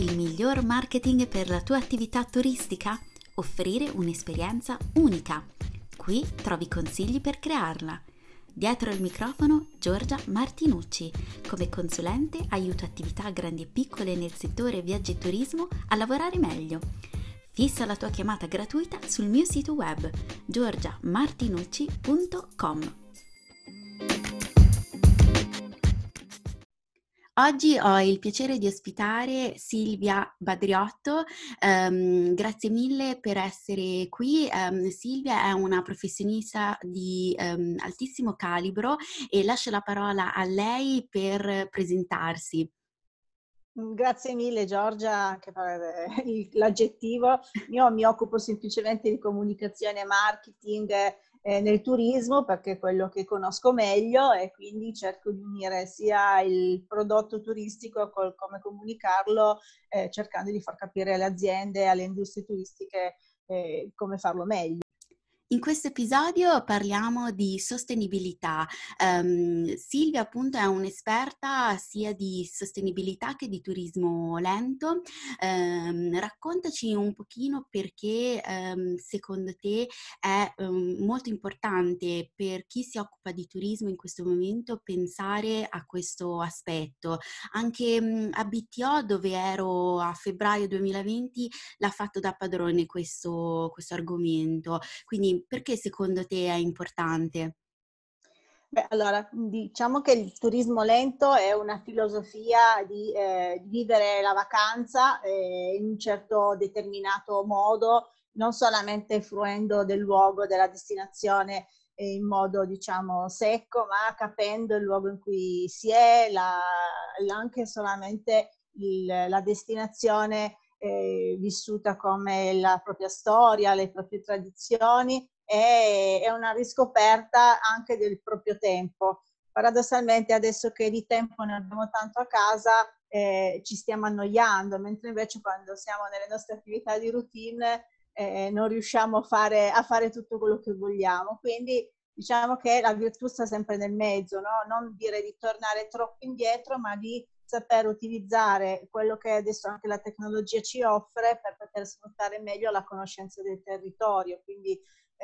Il miglior marketing per la tua attività turistica? Offrire un'esperienza unica. Qui trovi consigli per crearla. Dietro il microfono Giorgia Martinucci. Come consulente aiuto attività grandi e piccole nel settore viaggi e turismo a lavorare meglio. Fissa la tua chiamata gratuita sul mio sito web giorgiamartinucci.com. Oggi ho il piacere di ospitare Silvia Badriotto, grazie mille per essere qui. Silvia è una professionista di altissimo calibro e lascio la parola a lei per presentarsi. Grazie mille Giorgia anche per l'aggettivo. Io mi occupo semplicemente di comunicazione e marketing nel turismo perché è quello che conosco meglio e quindi cerco di unire sia il prodotto turistico col come comunicarlo, cercando di far capire alle aziende e alle industrie turistiche come farlo meglio. In questo episodio parliamo di sostenibilità. Silvia appunto è un'esperta sia di sostenibilità che di turismo lento. Raccontaci un pochino perché secondo te è molto importante per chi si occupa di turismo in questo momento pensare a questo aspetto. Anche a BTO, dove ero a febbraio 2020, l'ha fatto da padrone questo argomento. Quindi perché secondo te è importante? Beh, allora, diciamo che il turismo lento è una filosofia di vivere la vacanza in un certo determinato modo, non solamente fruendo del luogo, della destinazione in modo, diciamo, secco, ma capendo il luogo in cui si è, anche solamente la destinazione vissuta come la propria storia, le proprie tradizioni. È una riscoperta anche del proprio tempo. Paradossalmente adesso che di tempo ne abbiamo tanto a casa ci stiamo annoiando, mentre invece quando siamo nelle nostre attività di routine non riusciamo a fare tutto quello che vogliamo. Quindi diciamo che la virtù sta sempre nel mezzo, no? Non dire di tornare troppo indietro, ma di saper utilizzare quello che adesso anche la tecnologia ci offre per poter sfruttare meglio la conoscenza del territorio. Quindi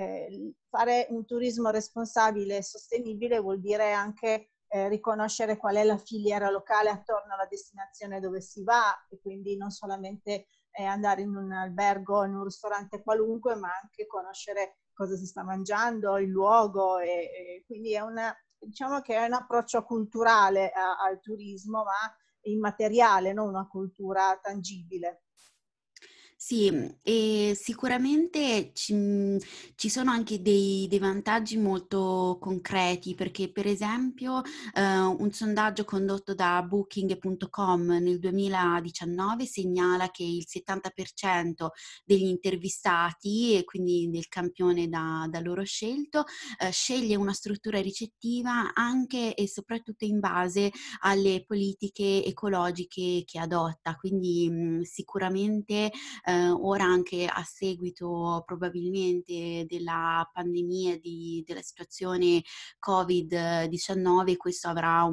fare un turismo responsabile e sostenibile vuol dire anche riconoscere qual è la filiera locale attorno alla destinazione dove si va e quindi non solamente andare in un albergo o in un ristorante qualunque, ma anche conoscere cosa si sta mangiando, il luogo e quindi diciamo che è un approccio culturale al turismo, ma immateriale, non una cultura tangibile. Sì, e sicuramente ci sono anche dei vantaggi molto concreti, perché per esempio un sondaggio condotto da Booking.com nel 2019 segnala che il 70% degli intervistati, e quindi del campione da loro scelto, sceglie una struttura ricettiva anche e soprattutto in base alle politiche ecologiche che adotta, quindi sicuramente ora anche a seguito probabilmente della pandemia, della situazione Covid-19, questo avrà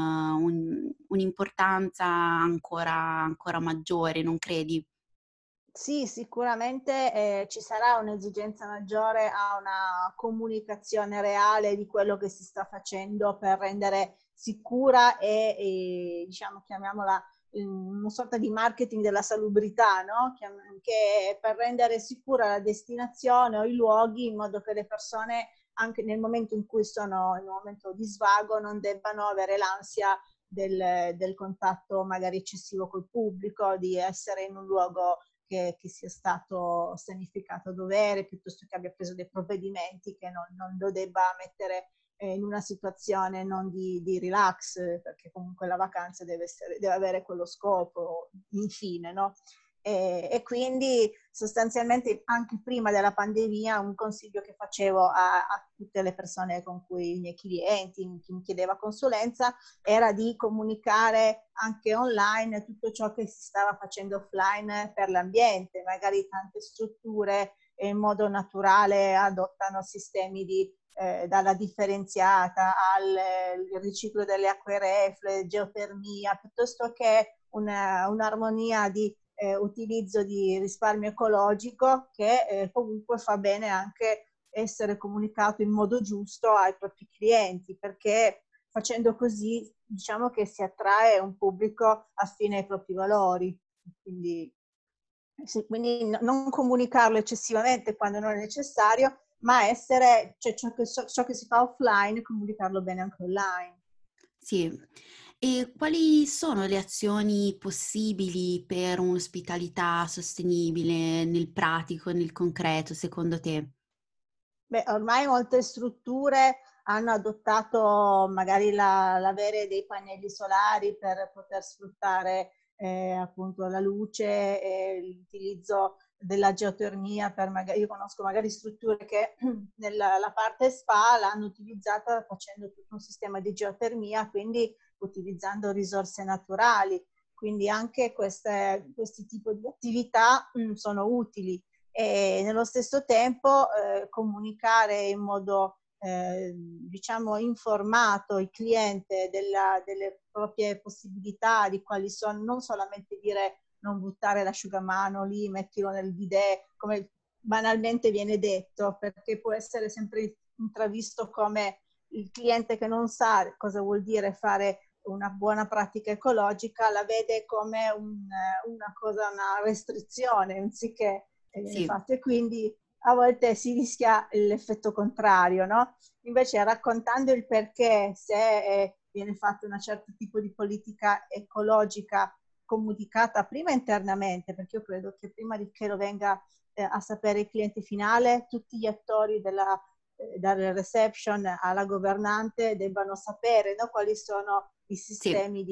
un'importanza ancora maggiore, non credi? Sì, sicuramente ci sarà un'esigenza maggiore a una comunicazione reale di quello che si sta facendo per rendere sicura diciamo, chiamiamola una sorta di marketing della salubrità, no? Che per rendere sicura la destinazione o i luoghi in modo che le persone anche nel momento in cui sono in un momento di svago non debbano avere l'ansia del contatto magari eccessivo col pubblico, di essere in un luogo che sia stato sanificato a dovere, piuttosto che abbia preso dei provvedimenti che non lo debba mettere in una situazione non di relax, perché comunque la vacanza deve avere quello scopo, infine, no? E quindi sostanzialmente anche prima della pandemia un consiglio che facevo a tutte le persone con cui i miei clienti, chi mi chiedeva consulenza, era di comunicare anche online tutto ciò che si stava facendo offline per l'ambiente. Magari tante strutture in modo naturale adottano sistemi dalla differenziata al riciclo delle acque reflue, geotermia, piuttosto che un'armonia di utilizzo di risparmio ecologico che comunque fa bene anche essere comunicato in modo giusto ai propri clienti, perché facendo così diciamo che si attrae un pubblico affine ai propri valori. Quindi, sì, quindi non comunicarlo eccessivamente quando non è necessario, ma essere, cioè ciò che si fa offline, comunicarlo bene anche online. Sì. E quali sono le azioni possibili per un'ospitalità sostenibile nel pratico, nel concreto, secondo te? Beh, ormai molte strutture hanno adottato magari l'avere dei pannelli solari per poter sfruttare appunto la luce e l'utilizzo della geotermia per magari, io conosco magari strutture che nella la parte spa l'hanno utilizzata facendo tutto un sistema di geotermia, quindi utilizzando risorse naturali. Quindi anche questi tipi di attività sono utili e nello stesso tempo comunicare in modo diciamo informato il cliente delle proprie possibilità, di quali sono, non solamente dire non buttare l'asciugamano lì, mettilo nel bidet, come banalmente viene detto, perché può essere sempre intravisto come il cliente che non sa cosa vuol dire fare una buona pratica ecologica, la vede come una cosa, una restrizione, anziché Sì, fatto, e quindi a volte si rischia l'effetto contrario, no? Invece raccontando il perché, se viene fatto un certo tipo di politica ecologica comunicata prima internamente, perché io credo che prima di che lo venga a sapere il cliente finale, tutti gli attori dal reception alla governante debbano sapere, no, quali sono i sì, sistemi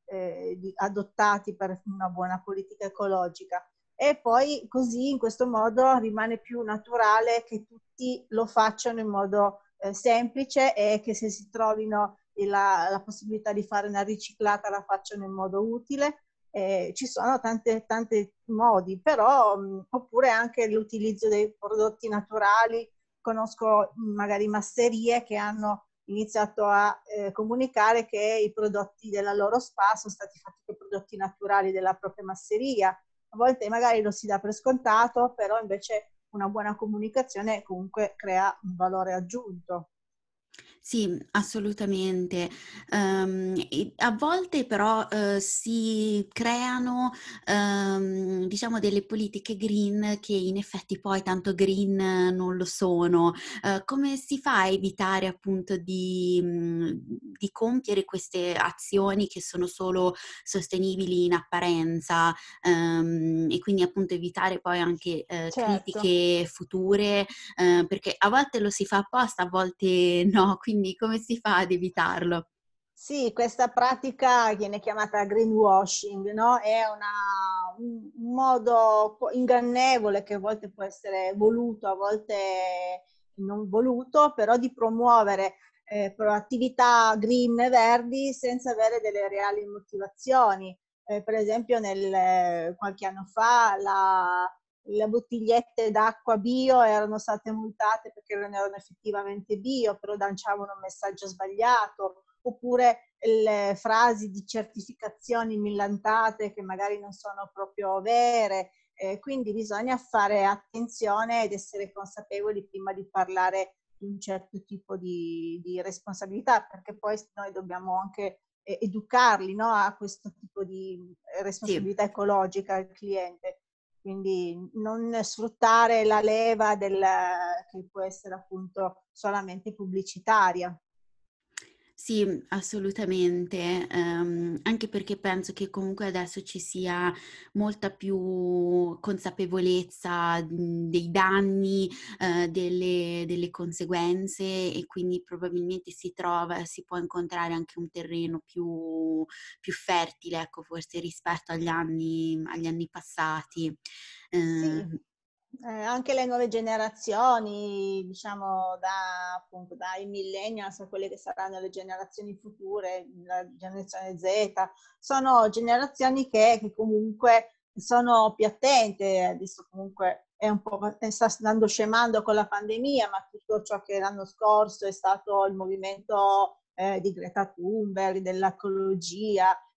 adottati per una buona politica ecologica. E poi così in questo modo rimane più naturale che tutti lo facciano in modo semplice, e che se si trovino la possibilità di fare una riciclata la facciano in modo utile. Ci sono tanti modi, però oppure anche l'utilizzo dei prodotti naturali. Conosco magari masserie che hanno iniziato a comunicare che i prodotti della loro spa sono stati fatti con prodotti naturali della propria masseria. A volte magari lo si dà per scontato, però invece una buona comunicazione comunque crea un valore aggiunto. sì, assolutamente. E a volte però, si creano, diciamo delle politiche green che in effetti poi tanto green non lo sono. Come si fa a evitare appunto di compiere queste azioni che sono solo sostenibili in apparenza, e quindi appunto evitare poi anche, Certo. critiche future, perché a volte lo si fa apposta, a volte no, quindi come si fa ad evitarlo? Sì, questa pratica viene chiamata greenwashing, no? È un modo ingannevole, che a volte può essere voluto, a volte non voluto, però di promuovere attività green, verdi, senza avere delle reali motivazioni. Per esempio, qualche anno fa le bottigliette d'acqua bio erano state multate perché non erano effettivamente bio, però lanciavano un messaggio sbagliato, oppure le frasi di certificazioni millantate che magari non sono proprio vere. Quindi bisogna fare attenzione ed essere consapevoli prima di parlare di un certo tipo di responsabilità, perché poi noi dobbiamo anche educarli, no, a questo tipo di Sì. responsabilità ecologica al cliente. Quindi non sfruttare la leva che può essere appunto solamente pubblicitaria. Sì, assolutamente, anche perché penso che comunque adesso ci sia molta più consapevolezza, dei danni, delle conseguenze, e quindi probabilmente si può incontrare anche un terreno più fertile, ecco, forse rispetto agli anni passati. Sì, Ehm, anche le nuove generazioni, diciamo appunto dai millennials a quelle che saranno le generazioni future, la generazione Z, sono generazioni che comunque sono più attente. Adesso comunque è un po', sta andando scemando con la pandemia, ma tutto ciò che l'anno scorso è stato il movimento di Greta Thunberg, dell'ecologia,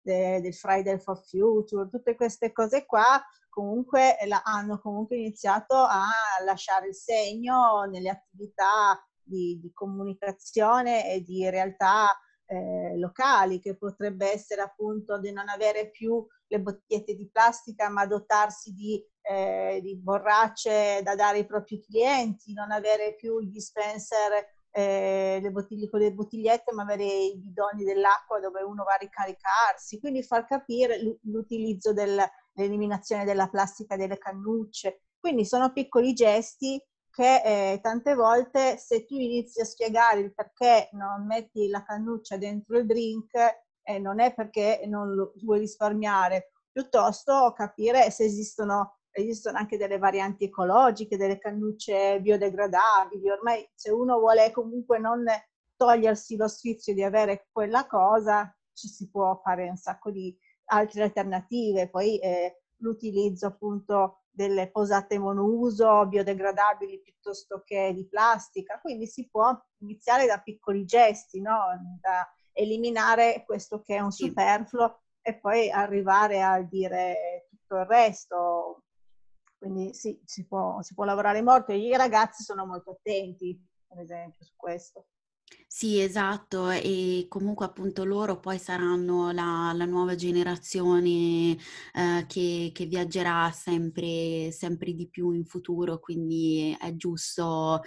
del Friday for Future, tutte queste cose qua comunque hanno comunque iniziato a lasciare il segno nelle attività di comunicazione e di realtà locali, che potrebbe essere appunto di non avere più le bottigliette di plastica, ma dotarsi di borracce da dare ai propri clienti, non avere più il dispenser, le bottiglie con le bottigliette, ma avere i bidoni dell'acqua dove uno va a ricaricarsi, quindi far capire l'utilizzo dell'eliminazione della plastica delle cannucce. Quindi sono piccoli gesti che tante volte, se tu inizi a spiegare il perché non metti la cannuccia dentro il drink, non è perché non lo vuoi risparmiare, piuttosto capire se esistono anche delle varianti ecologiche, delle cannucce biodegradabili. Ormai se uno vuole comunque non togliersi lo sfizio di avere quella cosa, ci si può fare un sacco di altre alternative. Poi l'utilizzo appunto delle posate monouso biodegradabili piuttosto che di plastica, quindi si può iniziare da piccoli gesti, no? Da eliminare questo che è un Sì. superfluo e poi arrivare a dire tutto il resto. Quindi sì, si può lavorare molto e i ragazzi sono molto attenti, per esempio, su questo. Sì, esatto, e comunque appunto loro poi saranno la nuova generazione che viaggerà sempre di più in futuro, quindi è giusto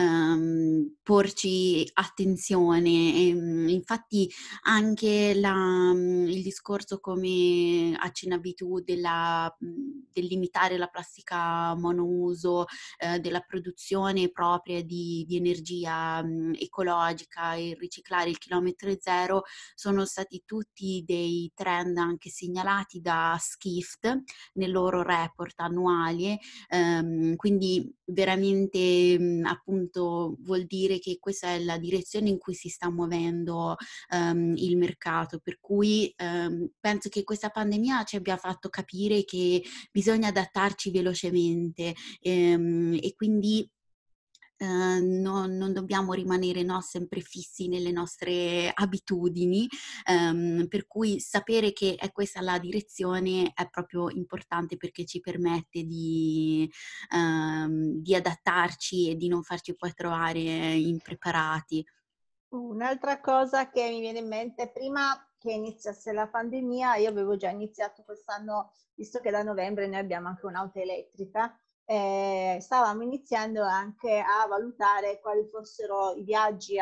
porci attenzione. Infatti anche il discorso, come accennavi tu, del limitare la plastica monouso, della produzione propria di energia ecologica e riciclare il chilometro zero, sono stati tutti dei trend anche segnalati da Skift nel loro report annuale, quindi veramente appunto vuol dire che questa è la direzione in cui si sta muovendo il mercato, per cui penso che questa pandemia ci abbia fatto capire che bisogna adattarci velocemente, e quindi non dobbiamo rimanere, no, sempre fissi nelle nostre abitudini, per cui sapere che è questa la direzione è proprio importante, perché ci permette di adattarci e di non farci poi trovare impreparati. Un'altra cosa che mi viene in mente, prima che iniziasse la pandemia, io avevo già iniziato quest'anno, visto che da novembre noi abbiamo anche un'auto elettrica, stavamo iniziando anche a valutare quali fossero i viaggi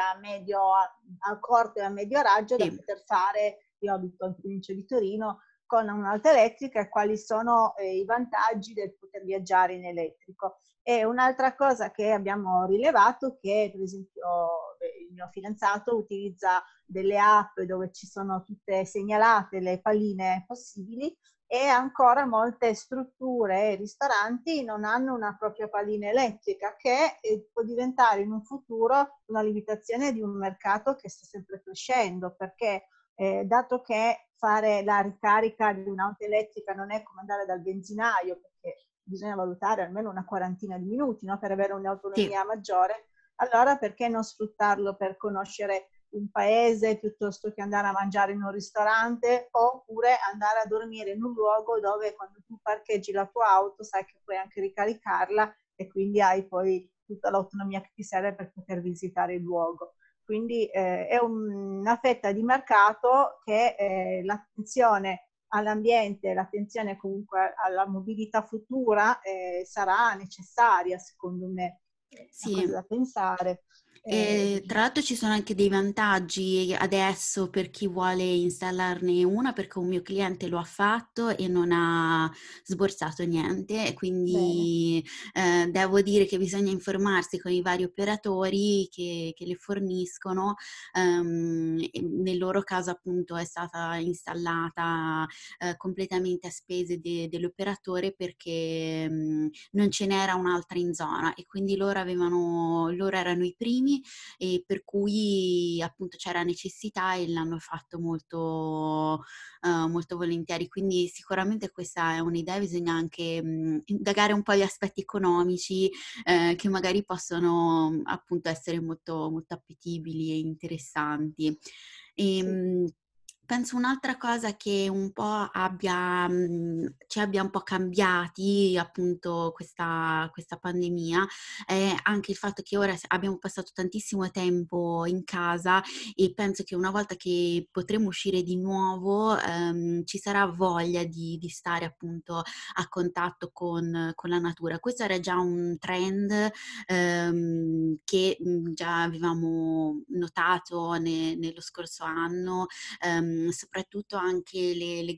a corto e a medio raggio da Sì, poter fare. Io abito in provincia di Torino con un'auto elettrica, e quali sono i vantaggi del poter viaggiare in elettrico. E un'altra cosa che abbiamo rilevato è che, per esempio, il mio fidanzato utilizza delle app dove ci sono tutte segnalate le palline possibili, e ancora molte strutture e ristoranti non hanno una propria pallina elettrica, che può diventare in un futuro una limitazione di un mercato che sta sempre crescendo, perché dato che fare la ricarica di un'auto elettrica non è come andare dal benzinaio, perché bisogna valutare almeno una quarantina di minuti, no, per avere sì. un'autonomia maggiore, allora perché non sfruttarlo per conoscere un paese piuttosto che andare a mangiare in un ristorante, oppure andare a dormire in un luogo dove quando tu parcheggi la tua auto sai che puoi anche ricaricarla, e quindi hai poi tutta l'autonomia che ti serve per poter visitare il luogo. Quindi è una fetta di mercato che l'attenzione all'ambiente, l'attenzione comunque alla mobilità futura sarà necessaria, secondo me. È una Sì. cosa da pensare. E tra l'altro ci sono anche dei vantaggi adesso per chi vuole installarne una, perché un mio cliente lo ha fatto e non ha sborsato niente, e Bene. quindi devo dire che bisogna informarsi con i vari operatori che le forniscono. Nel loro caso appunto è stata installata completamente a spese dell'operatore, perché non ce n'era un'altra in zona, e quindi loro erano i primi, e per cui appunto c'era necessità e l'hanno fatto molto volentieri. Quindi sicuramente questa è un'idea. Bisogna anche indagare un po' gli aspetti economici, che magari possono appunto essere molto, molto appetibili e interessanti. Sì. Ehm, penso un'altra cosa che un po' ci abbia un po' cambiati, appunto, questa pandemia, è anche il fatto che ora abbiamo passato tantissimo tempo in casa e penso che una volta che potremo uscire di nuovo, ci sarà voglia di stare appunto a contatto con la natura. Questo era già un trend che già avevamo notato nello scorso anno, soprattutto anche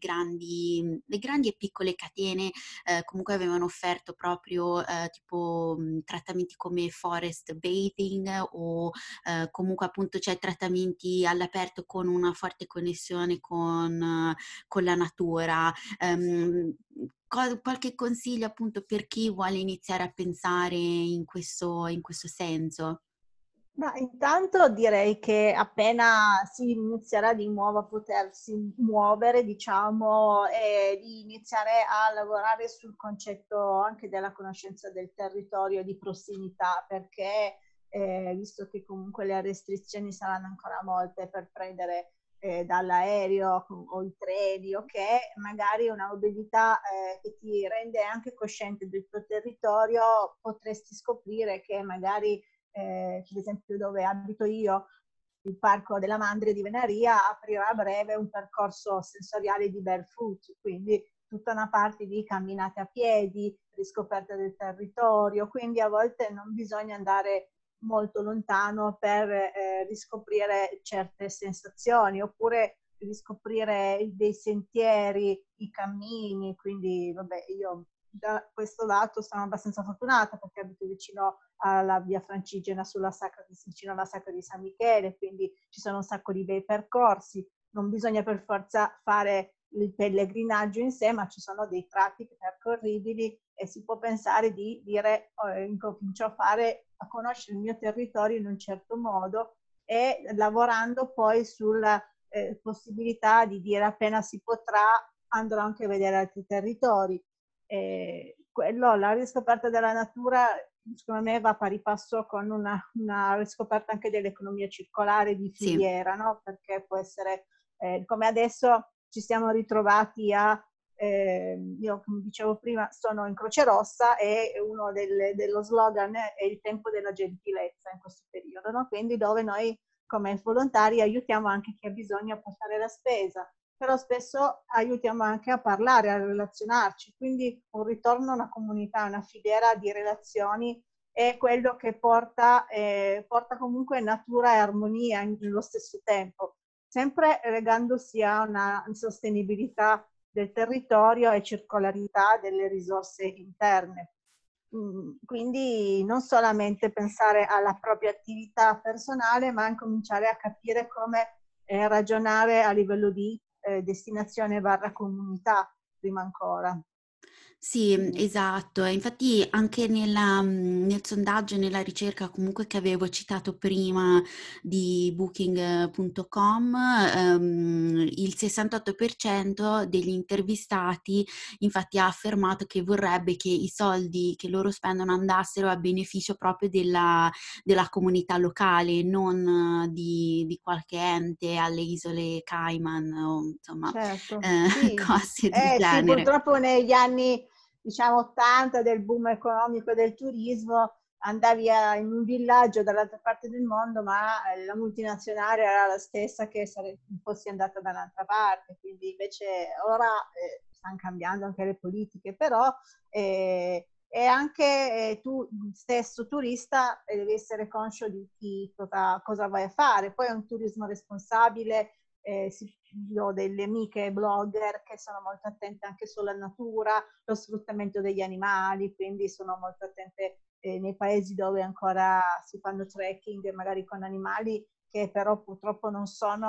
le grandi e piccole catene comunque avevano offerto proprio tipo trattamenti come forest bathing o comunque appunto cioè trattamenti all'aperto con una forte connessione con la natura. Ehm, Qualche consiglio appunto per chi vuole iniziare a pensare in questo senso? Ma intanto direi che appena si inizierà di nuovo a potersi muovere, diciamo, e di iniziare a lavorare sul concetto anche della conoscenza del territorio di prossimità, perché visto che comunque le restrizioni saranno ancora molte per prendere dall'aereo o i treni, ok, magari una mobilità che ti rende anche cosciente del tuo territorio, potresti scoprire che magari per esempio dove abito io, il Parco della Mandria di Venaria aprirà a breve un percorso sensoriale di barefoot, quindi tutta una parte di camminate a piedi, riscoperta del territorio, quindi a volte non bisogna andare molto lontano per riscoprire certe sensazioni, oppure riscoprire dei sentieri, i cammini, quindi vabbè, io da questo lato sono abbastanza fortunata perché abito vicino alla via Francigena vicino alla Sacra di San Michele, quindi ci sono un sacco di bei percorsi, non bisogna per forza fare il pellegrinaggio in sé, ma ci sono dei tratti percorribili e si può pensare di dire incomincio a conoscere il mio territorio in un certo modo e lavorando poi sulla possibilità di dire appena si potrà andrò anche a vedere altri territori. La riscoperta della natura secondo me va pari passo con una riscoperta anche dell'economia circolare di Sì. filiera, no? Perché può essere, come adesso ci siamo ritrovati io come dicevo prima sono in Croce Rossa e uno dello slogan è il tempo della gentilezza in questo periodo, no? Quindi dove noi come volontari aiutiamo anche chi ha bisogno a portare la spesa, però spesso aiutiamo anche a parlare, a relazionarci, quindi un ritorno a una comunità, una filiera di relazioni è quello che porta comunque natura e armonia nello stesso tempo, sempre legandosi a una sostenibilità del territorio e circolarità delle risorse interne. Quindi non solamente pensare alla propria attività personale, ma anche cominciare a capire come ragionare a livello di destinazione barra comunità, prima ancora. Sì, esatto. E infatti anche nel sondaggio e nella ricerca comunque che avevo citato prima di Booking.com, il 68% degli intervistati infatti ha affermato che vorrebbe che i soldi che loro spendono andassero a beneficio proprio della comunità locale, non di qualche ente alle isole Cayman o insomma Certo, sì. cose del Sì, genere. purtroppo negli anni, diciamo, 80 del boom economico del turismo, in un villaggio dall'altra parte del mondo, ma la multinazionale era la stessa che fossi andata da un'altra parte, quindi invece ora stanno cambiando anche le politiche, però e anche tu stesso turista devi essere conscio di cosa vai a fare. Poi è un turismo responsabile, ho delle amiche blogger che sono molto attente anche sulla natura, lo sfruttamento degli animali, quindi sono molto attente nei paesi dove ancora si fanno trekking, magari con animali che però purtroppo non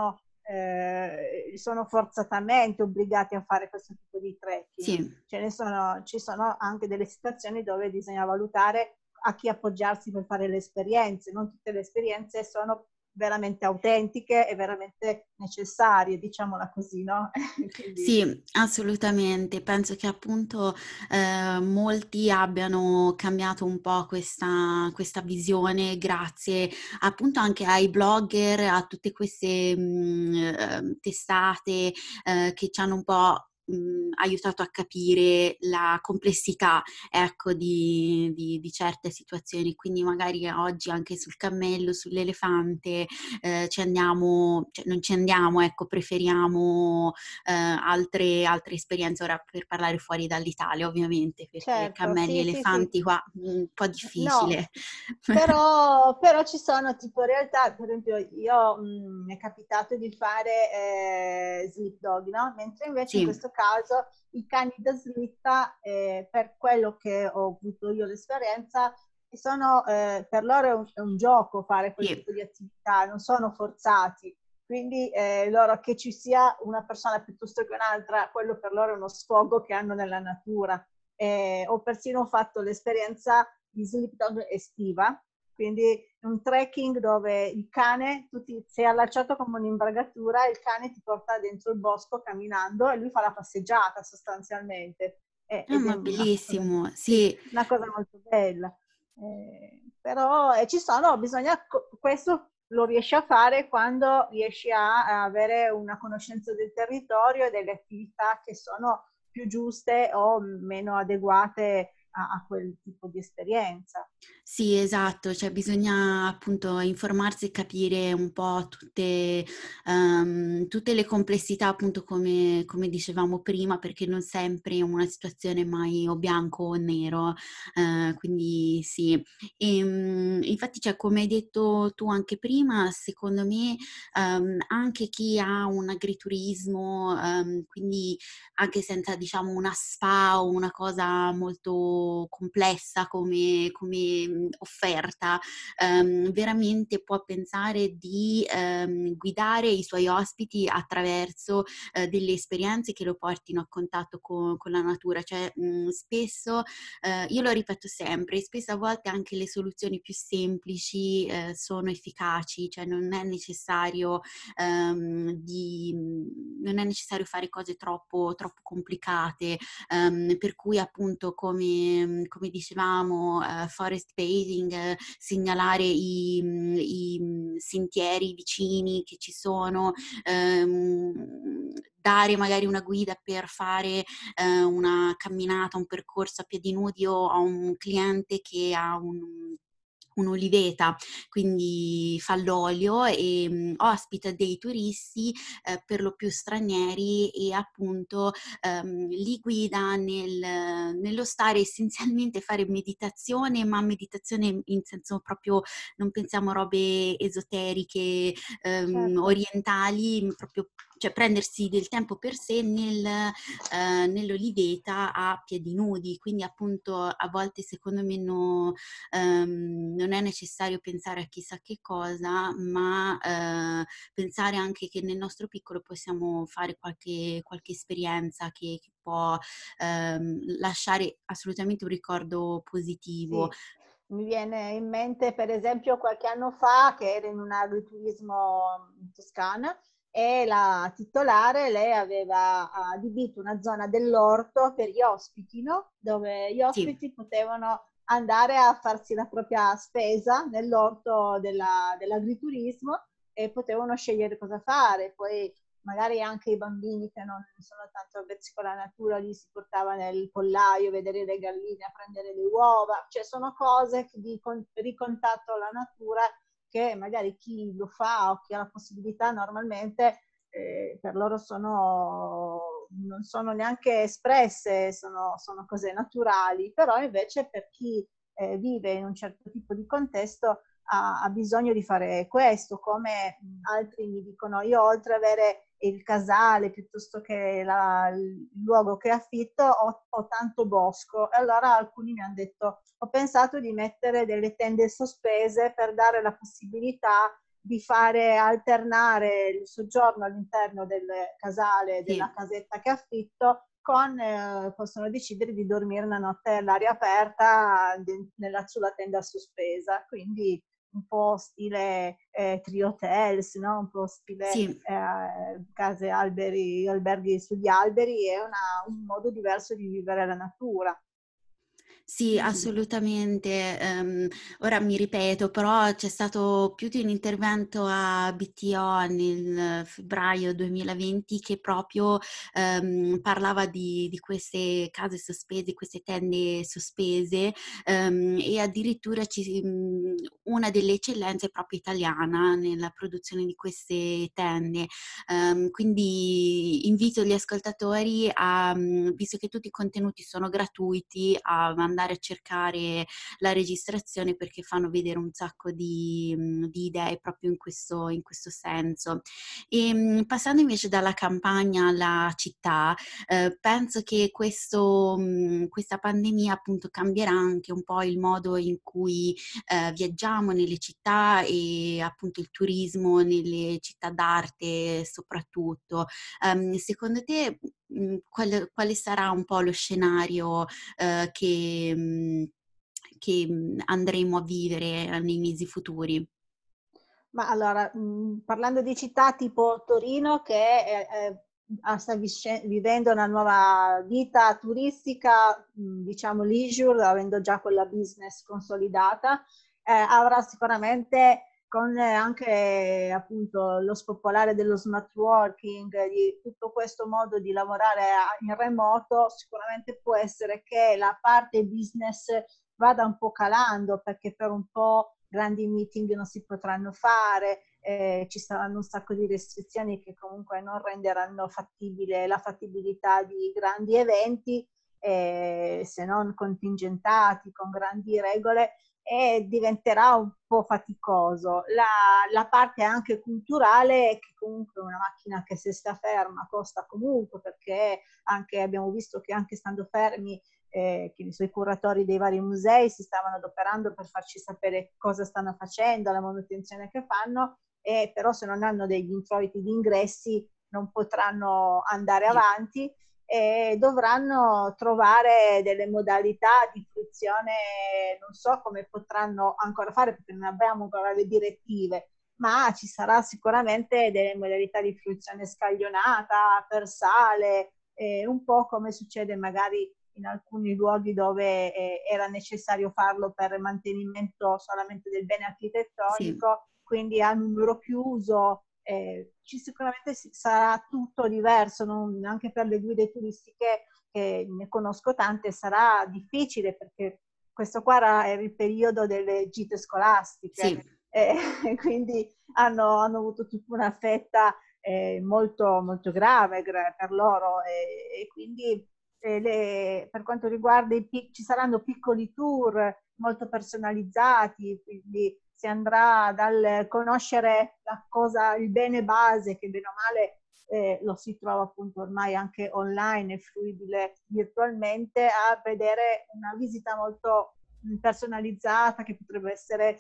sono forzatamente obbligati a fare questo tipo di trekking. Sì. Ci sono anche delle situazioni dove bisogna valutare a chi appoggiarsi per fare le esperienze. Non tutte le esperienze sono veramente autentiche e veramente necessarie, diciamola così, no? Quindi Sì, assolutamente. Penso che appunto molti abbiano cambiato un po' questa visione grazie appunto anche ai blogger, a tutte queste testate che ci hanno un po' aiutato a capire la complessità, ecco, di certe situazioni. Quindi magari oggi anche sul cammello, sull'elefante ci andiamo, cioè non ci andiamo, ecco, preferiamo altre esperienze, ora per parlare fuori dall'Italia ovviamente, perché certo, cammelli e sì, sì, sì. elefanti qua un po' No, difficile. però ci sono tipo realtà, per esempio io mi è capitato di fare sleep dog, no? Mentre invece in Sì, questo caso i cani da slitta, per quello che ho avuto io l'esperienza, sono, per loro è un gioco fare quel sì. tipo di attività, non sono forzati. Quindi loro che ci sia una persona piuttosto che un'altra, quello per loro è uno sfogo che hanno nella natura. Ho persino fatto l'esperienza di sleep dog estiva, quindi un trekking dove il cane, tu sei allacciato come un'imbragatura, il cane ti porta dentro il bosco camminando e lui fa la passeggiata sostanzialmente. Ah, Ed è ma una cosa, bellissimo, sì, sì. una cosa molto bella. Però ci sono, bisogna, questo lo riesci a fare quando riesci a avere una conoscenza del territorio e delle attività che sono più giuste o meno adeguate a quel tipo di esperienza. Sì, esatto, cioè bisogna appunto informarsi e capire un po' tutte le complessità, appunto come dicevamo prima, perché non sempre è una situazione mai o bianco o nero, quindi sì. Infatti, cioè, come hai detto tu anche prima, secondo me anche chi ha un agriturismo, quindi anche senza diciamo una spa o una cosa molto complessa come offerta, veramente può pensare di guidare i suoi ospiti attraverso delle esperienze che lo portino a contatto con la natura. Cioè spesso, io lo ripeto sempre, spesso a volte anche le soluzioni più semplici sono efficaci, cioè non è necessario fare cose troppo complicate, per cui appunto come dicevamo, forest bathing, segnalare i sentieri vicini che ci sono, dare magari una guida per fare una camminata, un percorso a piedi nudi. Io ho un cliente che ha un'oliveta, quindi fa l'olio e ospita dei turisti per lo più stranieri e appunto li guida nello stare essenzialmente fare meditazione, ma meditazione in senso proprio, non pensiamo a robe esoteriche, Certo. orientali, proprio cioè prendersi del tempo per sé nell'oliveta a piedi nudi, quindi appunto a volte secondo me non è necessario pensare a chissà che cosa, ma pensare anche che nel nostro piccolo possiamo fare qualche esperienza che può lasciare assolutamente un ricordo positivo. Sì, mi viene in mente per esempio qualche anno fa che ero in un agriturismo in Toscana e la titolare, lei aveva adibito una zona dell'orto per gli ospiti, no? Dove gli Sì, ospiti potevano andare a farsi la propria spesa nell'orto dell'agriturismo e potevano scegliere cosa fare. Poi magari anche i bambini che non sono tanto avvezzi con la natura, li si portava nel pollaio, vedere le galline, a prendere le uova, cioè sono cose di ricontatto alla natura che magari chi lo fa o chi ha la possibilità normalmente per loro non sono neanche espresse, sono cose naturali, però invece per chi vive in un certo tipo di contesto ha bisogno di fare questo, come altri mi dicono, io oltre ad avere il casale piuttosto che il luogo che affitto ho tanto bosco. E allora alcuni mi hanno detto, ho pensato di mettere delle tende sospese per dare la possibilità di fare alternare il soggiorno all'interno del casale, della sì. casetta che affitto, possono decidere di dormire una notte all'aria aperta sulla tenda sospesa. Quindi un po' stile tree hotels, no? Un po' stile Sì. case, alberi, alberghi sugli alberi, è un modo diverso di vivere la natura. Sì, assolutamente. Ora mi ripeto, però c'è stato più di un intervento a BTO nel febbraio 2020 che proprio parlava di queste case sospese, queste tende sospese, e addirittura una delle eccellenze è proprio italiana nella produzione di queste tende. Quindi invito gli ascoltatori a, visto che tutti i contenuti sono gratuiti, a andare a cercare la registrazione perché fanno vedere un sacco di idee proprio in questo senso. Passando invece dalla campagna alla città, penso che questa pandemia appunto cambierà anche un po' il modo in cui viaggiamo nelle città e appunto il turismo nelle città d'arte soprattutto. Secondo te quale sarà un po' lo scenario che andremo a vivere nei mesi futuri? Ma allora, parlando di città tipo Torino che sta vivendo una nuova vita turistica, diciamo leisure, avendo già quella business consolidata, avrà sicuramente con anche appunto lo spopolare dello smart working, di tutto questo modo di lavorare in remoto, sicuramente può essere che la parte business vada un po' calando, perché per un po' grandi meeting non si potranno fare, ci saranno un sacco di restrizioni che comunque non renderanno fattibile la fattibilità di grandi eventi, se non contingentati con grandi regole, e diventerà un po' faticoso. La parte anche culturale, che comunque è una macchina che se sta ferma costa comunque, perché anche abbiamo visto che anche stando fermi che i suoi curatori dei vari musei si stavano adoperando per farci sapere cosa stanno facendo, la manutenzione che fanno, però se non hanno degli introiti di ingressi non potranno andare Sì, avanti e dovranno trovare delle modalità di fruizione, non so come potranno ancora fare perché non abbiamo ancora le direttive, ma ci sarà sicuramente delle modalità di fruizione scaglionata, per sale, un po' come succede magari in alcuni luoghi dove era necessario farlo per mantenimento solamente del bene sì, architettonico, quindi a numero chiuso. Sicuramente sarà tutto diverso, anche per le guide turistiche, che ne conosco tante, sarà difficile perché questo qua era il periodo delle gite scolastiche, sì, quindi hanno avuto tutta una fetta molto, molto grave per loro e quindi per quanto riguarda ci saranno piccoli tour molto personalizzati, quindi si andrà dal conoscere la cosa, il bene base che bene o male lo si trova appunto ormai anche online e fruibile virtualmente, a vedere una visita molto personalizzata che potrebbe essere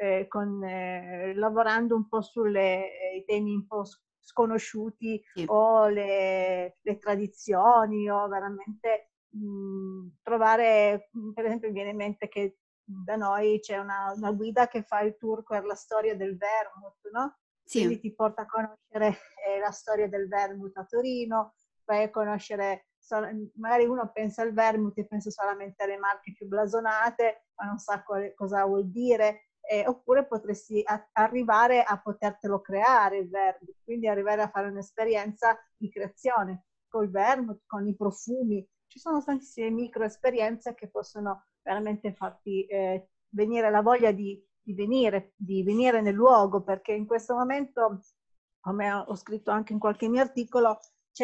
lavorando un po' sui temi un po' sconosciuti sì. o le tradizioni o veramente trovare, per esempio mi viene in mente che da noi c'è una guida che fa il tour per la storia del vermouth, no? Quindi Sì. ti porta a conoscere la storia del vermouth a Torino, vai a conoscere, magari uno pensa al vermouth e pensa solamente alle marche più blasonate, ma non sa cosa vuol dire, oppure potresti arrivare a potertelo creare il vermouth, quindi arrivare a fare un'esperienza di creazione col vermouth, con i profumi. Ci sono tantissime micro esperienze che possono veramente farti venire la voglia di venire nel luogo, perché in questo momento, come ho scritto anche in qualche mio articolo,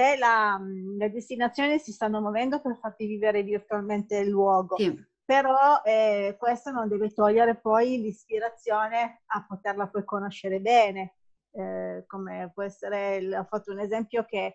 le destinazioni si stanno muovendo per farti vivere virtualmente il luogo, Sì. però questo non deve togliere poi l'ispirazione a poterla poi conoscere bene, come può essere, ho fatto un esempio che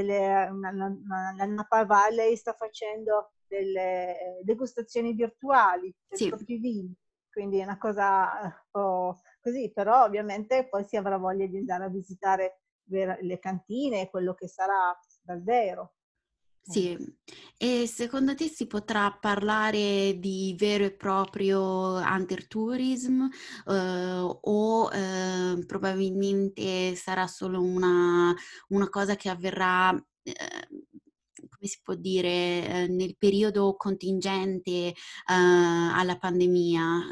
la Napa Valley sta facendo delle degustazioni virtuali dei Sì. propri vini, quindi è una cosa un po' così, però ovviamente poi si avrà voglia di andare a visitare le cantine e quello che sarà davvero. Sì, e secondo te si potrà parlare di vero e proprio undertourism o probabilmente sarà solo una cosa che avverrà, come si può dire, nel periodo contingente alla pandemia?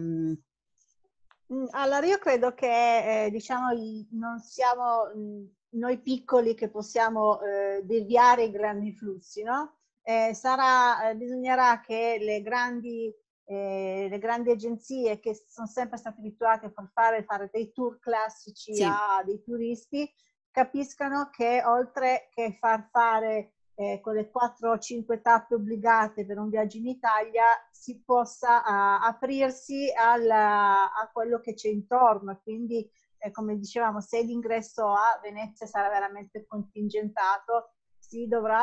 Allora io credo che diciamo non siamo noi piccoli che possiamo deviare i grandi flussi, no? Bisognerà che le grandi agenzie che sono sempre state abituate a fare dei tour classici Sì, a dei turisti capiscano che oltre che far fare quelle 4 o 5 tappe obbligate per un viaggio in Italia, si possa aprirsi a quello che c'è intorno. Quindi, come dicevamo, se l'ingresso a Venezia sarà veramente contingentato, si dovrà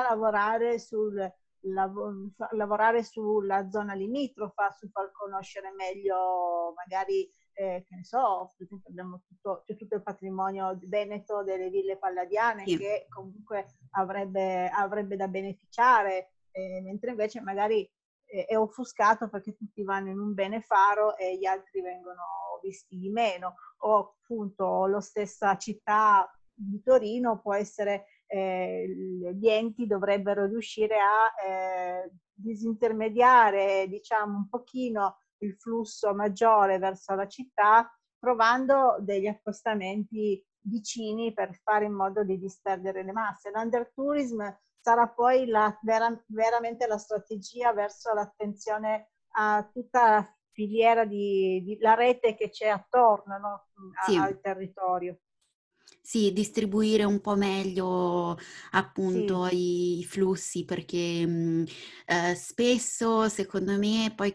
lavorare sulla zona limitrofa, su far conoscere meglio magari che ne so, per esempio c'è tutto il patrimonio veneto delle ville palladiane sì, che comunque avrebbe da beneficiare, mentre invece magari è offuscato perché tutti vanno in un bene faro e gli altri vengono visti di meno. O appunto la stessa città di Torino può essere, gli enti dovrebbero riuscire a disintermediare, diciamo, un pochino il flusso maggiore verso la città, provando degli accostamenti vicini per fare in modo di disperdere le masse. L'undertourism sarà poi veramente la strategia verso l'attenzione a tutta la filiera la rete che c'è attorno, no? sì. Al territorio. Sì, distribuire un po' meglio Sì. appunto i flussi perché spesso secondo me poi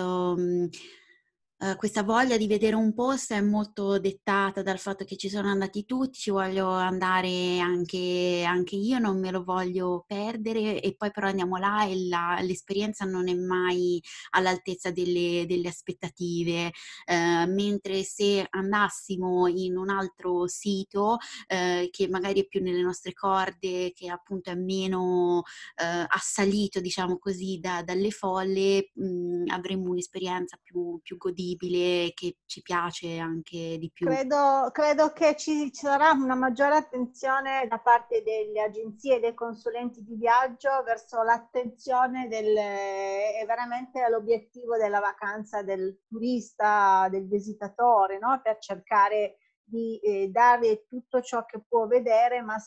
questa voglia di vedere un posto è molto dettata dal fatto che ci sono andati tutti, ci voglio andare anche io, non me lo voglio perdere e poi però andiamo là e l'esperienza non è mai all'altezza delle aspettative, mentre se andassimo in un altro sito che magari è più nelle nostre corde, che appunto è meno assalito, diciamo così, dalle folle, avremo un'esperienza più godibile, che ci piace anche di più. Credo che ci sarà una maggiore attenzione da parte delle agenzie e dei consulenti di viaggio verso l'attenzione è veramente all'obiettivo della vacanza del turista, del visitatore, no? Per cercare di dare tutto ciò che può vedere, ma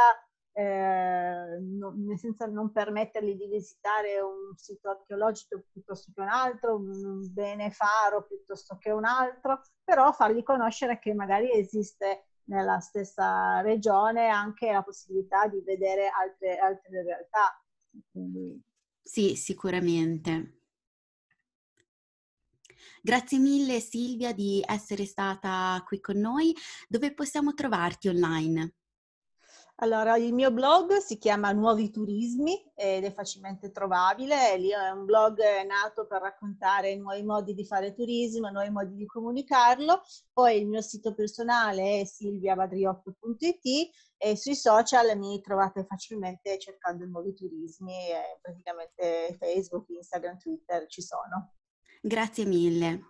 senza non permettergli di visitare un sito archeologico piuttosto che un altro, un bene faro piuttosto che un altro, però fargli conoscere che magari esiste nella stessa regione anche la possibilità di vedere altre realtà. Quindi, Sì, sicuramente. Grazie mille Silvia di essere stata qui con noi. Dove possiamo trovarti online? allora, il mio blog si chiama Nuovi Turismi ed è facilmente trovabile. Lì è un blog nato per raccontare nuovi modi di fare turismo, nuovi modi di comunicarlo. Poi il mio sito personale è silviavadriotto.it e sui social mi trovate facilmente cercando Nuovi Turismi. Praticamente Facebook, Instagram, Twitter ci sono. Grazie mille.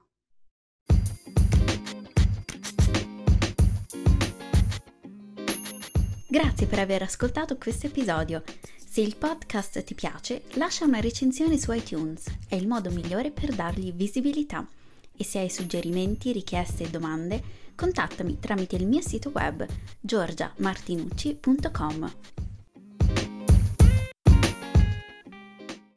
Grazie per aver ascoltato questo episodio. Se il podcast ti piace, lascia una recensione su iTunes, è il modo migliore per dargli visibilità. E se hai suggerimenti, richieste e domande, contattami tramite il mio sito web giorgiamartinucci.com.